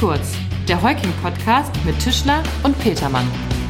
kurz, der Heuking-Podcast mit Tischler und Petermann.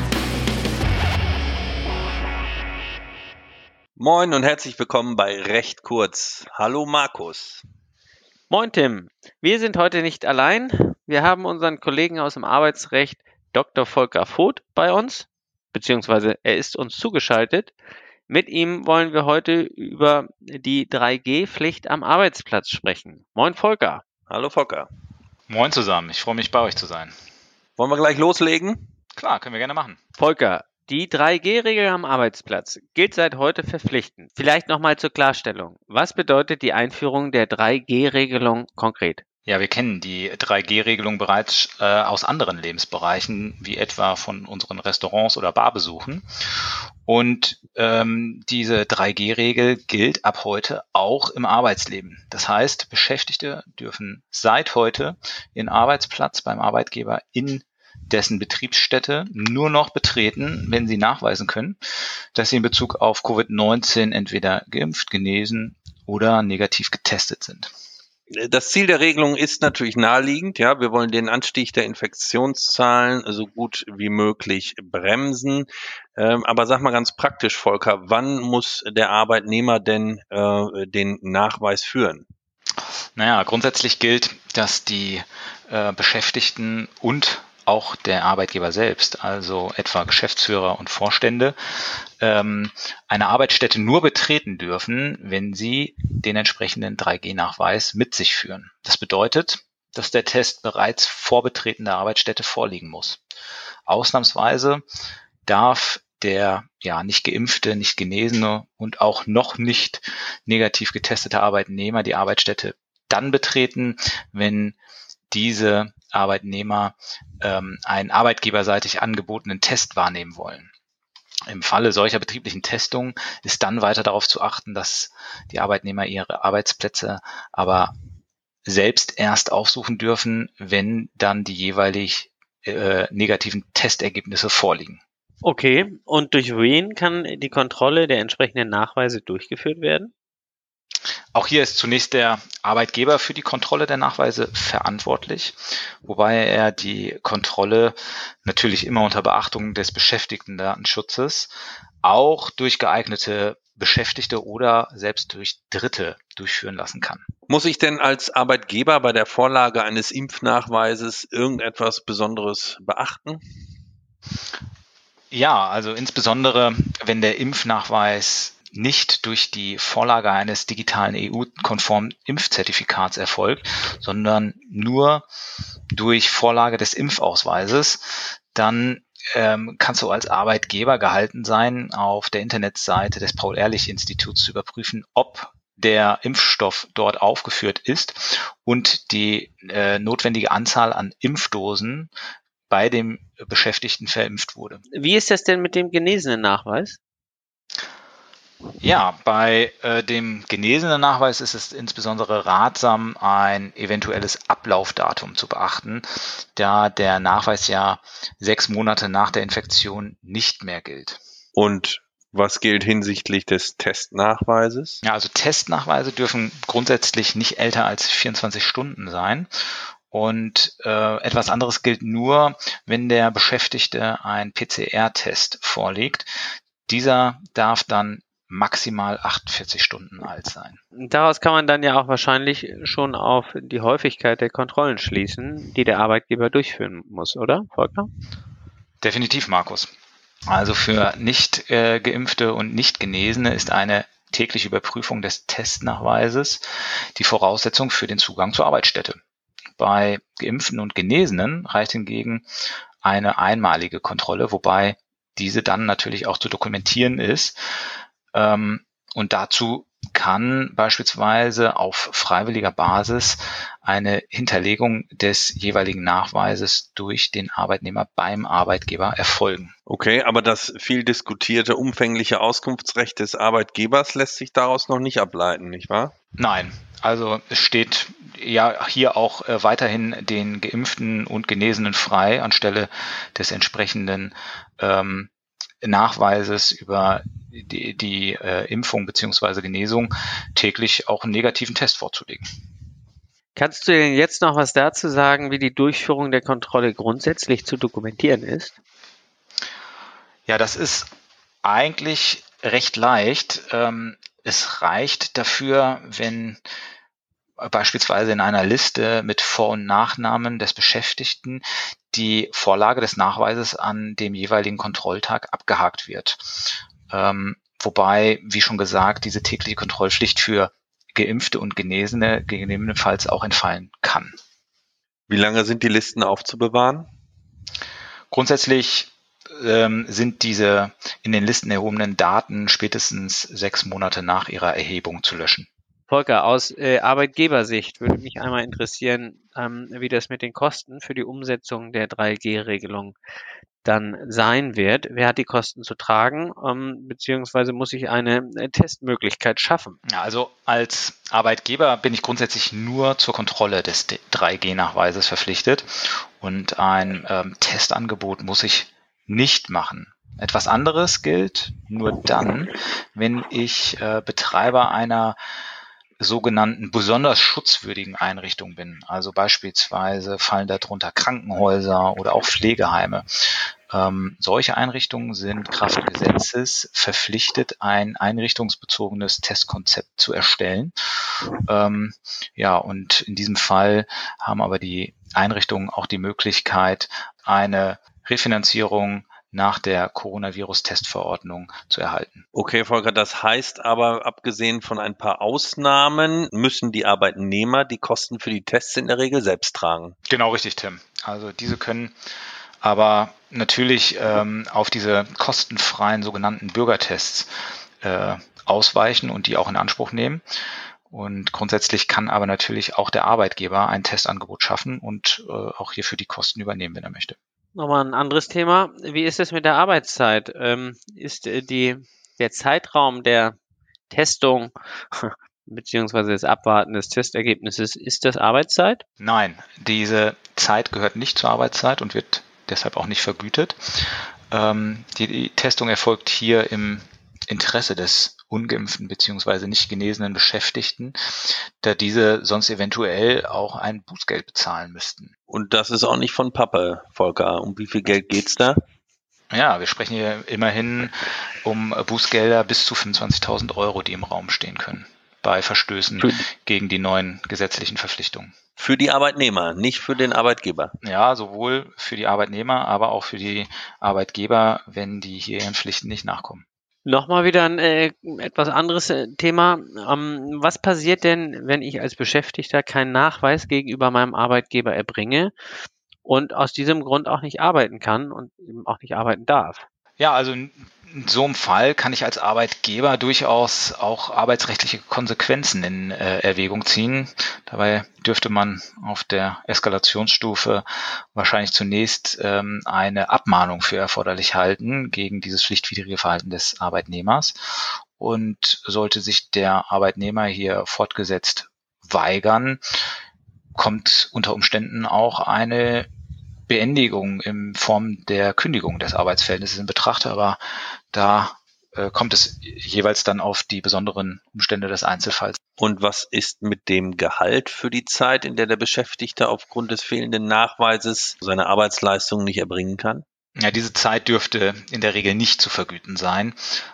Moin und herzlich willkommen bei Recht kurz. Hallo Markus. Moin Tim, wir sind heute nicht allein. Wir haben unseren Kollegen aus dem Arbeitsrecht Dr. Volker Voth bei uns, beziehungsweise er ist uns zugeschaltet. Mit ihm wollen wir heute über die 3G-Pflicht am Arbeitsplatz sprechen. Moin Volker. Hallo Volker. Moin zusammen, ich freue mich bei euch zu sein. Wollen wir gleich loslegen? Klar, können wir gerne machen. Volker, die 3G-Regel am Arbeitsplatz gilt seit heute verpflichtend. Vielleicht nochmal zur Klarstellung. Was bedeutet die Einführung der 3G-Regelung konkret? Ja, wir kennen die 3G-Regelung bereits aus anderen Lebensbereichen, wie etwa von unseren Restaurants oder Barbesuchen. Und diese 3G-Regel gilt ab heute auch im Arbeitsleben. Das heißt, Beschäftigte dürfen seit heute ihren Arbeitsplatz beim Arbeitgeber in dessen Betriebsstätte nur noch betreten, wenn sie nachweisen können, dass sie in Bezug auf Covid-19 entweder geimpft, genesen oder negativ getestet sind. Das Ziel der Regelung ist natürlich naheliegend. Ja, wir wollen den Anstieg der Infektionszahlen so gut wie möglich bremsen. Aber sag mal ganz praktisch, Volker, wann muss der Arbeitnehmer denn den Nachweis führen? Naja, grundsätzlich gilt, dass die Beschäftigten und auch der Arbeitgeber selbst, also etwa Geschäftsführer und Vorstände, eine Arbeitsstätte nur betreten dürfen, wenn sie den entsprechenden 3G-Nachweis mit sich führen. Das bedeutet, dass der Test bereits vor Betreten der Arbeitsstätte vorliegen muss. Ausnahmsweise darf der nicht geimpfte, nicht genesene und auch noch nicht negativ getestete Arbeitnehmer die Arbeitsstätte dann betreten, wenn diese Arbeitnehmer einen arbeitgeberseitig angebotenen Test wahrnehmen wollen. Im Falle solcher betrieblichen Testungen ist dann weiter darauf zu achten, dass die Arbeitnehmer ihre Arbeitsplätze aber selbst erst aufsuchen dürfen, wenn dann die jeweilig negativen Testergebnisse vorliegen. Okay, und durch wen kann die Kontrolle der entsprechenden Nachweise durchgeführt werden? Auch hier ist zunächst der Arbeitgeber für die Kontrolle der Nachweise verantwortlich, wobei er die Kontrolle natürlich immer unter Beachtung des Beschäftigtendatenschutzes auch durch geeignete Beschäftigte oder selbst durch Dritte durchführen lassen kann. Muss ich denn als Arbeitgeber bei der Vorlage eines Impfnachweises irgendetwas Besonderes beachten? Ja, also insbesondere, wenn der Impfnachweis nicht durch die Vorlage eines digitalen EU-konformen Impfzertifikats erfolgt, sondern nur durch Vorlage des Impfausweises, dann kannst du als Arbeitgeber gehalten sein, auf der Internetseite des Paul-Ehrlich-Instituts zu überprüfen, ob der Impfstoff dort aufgeführt ist und die notwendige Anzahl an Impfdosen bei dem Beschäftigten verimpft wurde. Wie ist das denn mit dem genesenen Nachweis? Ja, bei dem genesenen Nachweis ist es insbesondere ratsam, ein eventuelles Ablaufdatum zu beachten, da der Nachweis ja 6 Monate nach der Infektion nicht mehr gilt. Und was gilt hinsichtlich des Testnachweises? Ja, also Testnachweise dürfen grundsätzlich nicht älter als 24 Stunden sein. Und etwas anderes gilt nur, wenn der Beschäftigte ein PCR-Test vorlegt. Dieser darf dann maximal 48 Stunden alt sein. Daraus kann man dann ja auch wahrscheinlich schon auf die Häufigkeit der Kontrollen schließen, die der Arbeitgeber durchführen muss, oder, Volker? Definitiv, Markus. Also für nicht geimpfte und nicht Genesene ist eine tägliche Überprüfung des Testnachweises die Voraussetzung für den Zugang zur Arbeitsstätte. Bei Geimpften und Genesenen reicht hingegen eine einmalige Kontrolle, wobei diese dann natürlich auch zu dokumentieren ist. Und dazu kann beispielsweise auf freiwilliger Basis eine Hinterlegung des jeweiligen Nachweises durch den Arbeitnehmer beim Arbeitgeber erfolgen. Okay, aber das viel diskutierte umfängliche Auskunftsrecht des Arbeitgebers lässt sich daraus noch nicht ableiten, nicht wahr? Nein, also es steht ja hier auch weiterhin den Geimpften und Genesenen frei, anstelle des entsprechenden Nachweises über die Impfung bzw. Genesung täglich auch einen negativen Test vorzulegen. Kannst du denn jetzt noch was dazu sagen, wie die Durchführung der Kontrolle grundsätzlich zu dokumentieren ist? Ja, das ist eigentlich recht leicht. Es reicht dafür, wenn beispielsweise in einer Liste mit Vor- und Nachnamen des Beschäftigten die Vorlage des Nachweises an dem jeweiligen Kontrolltag abgehakt wird. Wobei, wie schon gesagt, diese tägliche Kontrollpflicht für Geimpfte und Genesene gegebenenfalls auch entfallen kann. Wie lange sind die Listen aufzubewahren? Grundsätzlich sind diese in den Listen erhobenen Daten spätestens 6 Monate nach ihrer Erhebung zu löschen. Volker, aus Arbeitgebersicht würde mich einmal interessieren, wie das mit den Kosten für die Umsetzung der 3G-Regelung dann sein wird. Wer hat die Kosten zu tragen, beziehungsweise muss ich eine Testmöglichkeit schaffen? Ja, also als Arbeitgeber bin ich grundsätzlich nur zur Kontrolle des 3G-Nachweises verpflichtet und ein Testangebot muss ich nicht machen. Etwas anderes gilt nur dann, wenn ich Betreiber einer sogenannten besonders schutzwürdigen Einrichtung bin. Also beispielsweise fallen darunter Krankenhäuser oder auch Pflegeheime. Solche Einrichtungen sind kraft Gesetzes verpflichtet, ein einrichtungsbezogenes Testkonzept zu erstellen. Und in diesem Fall haben aber die Einrichtungen auch die Möglichkeit, eine Refinanzierung nach der Coronavirus-Testverordnung zu erhalten. Okay, Volker, das heißt aber, abgesehen von ein paar Ausnahmen, müssen die Arbeitnehmer die Kosten für die Tests in der Regel selbst tragen. Genau richtig, Tim. Also diese können aber natürlich auf diese kostenfreien sogenannten Bürgertests ausweichen und die auch in Anspruch nehmen. Und grundsätzlich kann aber natürlich auch der Arbeitgeber ein Testangebot schaffen und auch hierfür die Kosten übernehmen, wenn er möchte. Nochmal ein anderes Thema. Wie ist es mit der Arbeitszeit? Ist der Zeitraum der Testung beziehungsweise des Abwarten des Testergebnisses, ist das Arbeitszeit? Nein, diese Zeit gehört nicht zur Arbeitszeit und wird deshalb auch nicht vergütet. Die Testung erfolgt hier im Interesse des ungeimpften bzw. nicht genesenen Beschäftigten, da diese sonst eventuell auch ein Bußgeld bezahlen müssten. Und das ist auch nicht von Pappe, Volker. Um wie viel Geld geht's da? Ja, wir sprechen hier immerhin um Bußgelder bis zu 25.000 Euro, die im Raum stehen können, bei Verstößen gegen die neuen gesetzlichen Verpflichtungen. Für die Arbeitnehmer, nicht für den Arbeitgeber. Ja, sowohl für die Arbeitnehmer, aber auch für die Arbeitgeber, wenn die hier ihren Pflichten nicht nachkommen. Nochmal wieder ein etwas anderes Thema. Was passiert denn, wenn ich als Beschäftigter keinen Nachweis gegenüber meinem Arbeitgeber erbringe und aus diesem Grund auch nicht arbeiten kann und eben auch nicht arbeiten darf? Ja, also in so einem Fall kann ich als Arbeitgeber durchaus auch arbeitsrechtliche Konsequenzen in Erwägung ziehen. Dabei dürfte man auf der Eskalationsstufe wahrscheinlich zunächst eine Abmahnung für erforderlich halten gegen dieses pflichtwidrige Verhalten des Arbeitnehmers. Und sollte sich der Arbeitnehmer hier fortgesetzt weigern, kommt unter Umständen auch eine Beendigung in Form der Kündigung des Arbeitsverhältnisses in Betracht, aber da kommt es jeweils dann auf die besonderen Umstände des Einzelfalls. Und was ist mit dem Gehalt für die Zeit, in der der Beschäftigte aufgrund des fehlenden Nachweises seine Arbeitsleistung nicht erbringen kann? Ja, diese Zeit dürfte in der Regel nicht zu vergüten sein,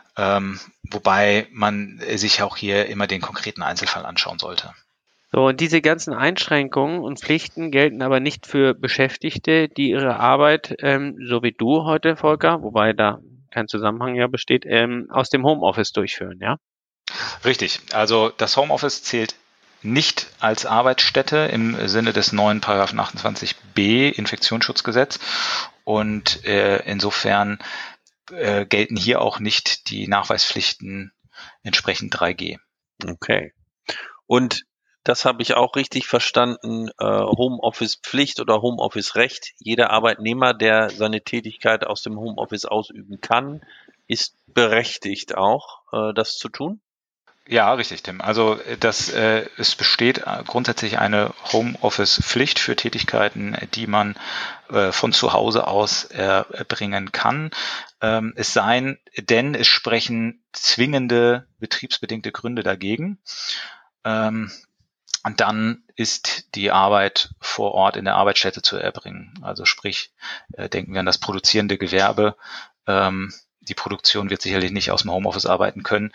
wobei man sich auch hier immer den konkreten Einzelfall anschauen sollte. So, und diese ganzen Einschränkungen und Pflichten gelten aber nicht für Beschäftigte, die ihre Arbeit, so wie du heute, Volker, wobei da kein Zusammenhang ja besteht, aus dem Homeoffice durchführen, ja? Richtig. Also das Homeoffice zählt nicht als Arbeitsstätte im Sinne des neuen Paragraphen 28b Infektionsschutzgesetz und insofern gelten hier auch nicht die Nachweispflichten entsprechend 3G. Okay. Und das habe ich auch richtig verstanden, Homeoffice-Pflicht oder Homeoffice-Recht. Jeder Arbeitnehmer, der seine Tätigkeit aus dem Homeoffice ausüben kann, ist berechtigt auch, das zu tun? Ja, richtig, Tim. Also es besteht grundsätzlich eine Homeoffice-Pflicht für Tätigkeiten, die man von zu Hause aus erbringen kann. Es sei denn, es sprechen zwingende betriebsbedingte Gründe dagegen. Und dann ist die Arbeit vor Ort in der Arbeitsstätte zu erbringen. Also sprich, denken wir an das produzierende Gewerbe. Die Produktion wird sicherlich nicht aus dem Homeoffice arbeiten können.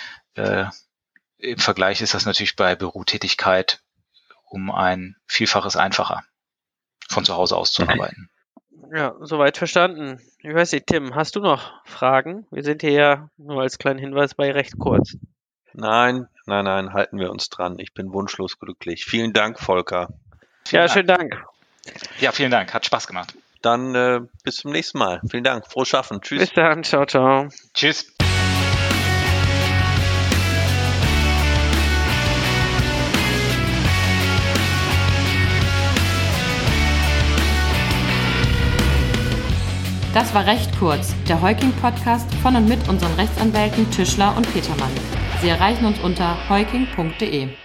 Im Vergleich ist das natürlich bei Bürotätigkeit um ein Vielfaches einfacher, von zu Hause aus zu arbeiten. Ja, soweit verstanden. Ich weiß nicht, Tim, hast du noch Fragen? Wir sind hier ja nur als kleinen Hinweis bei recht kurz. Nein, halten wir uns dran. Ich bin wunschlos glücklich. Vielen Dank, Volker. Schönen Dank. Ja, vielen Dank. Hat Spaß gemacht. Dann bis zum nächsten Mal. Vielen Dank. Frohes Schaffen. Tschüss. Bis dann. Ciao, ciao. Tschüss. Das war recht kurz, der Heuking-Podcast von und mit unseren Rechtsanwälten Tischler und Petermann. Sie erreichen uns unter heuking.de.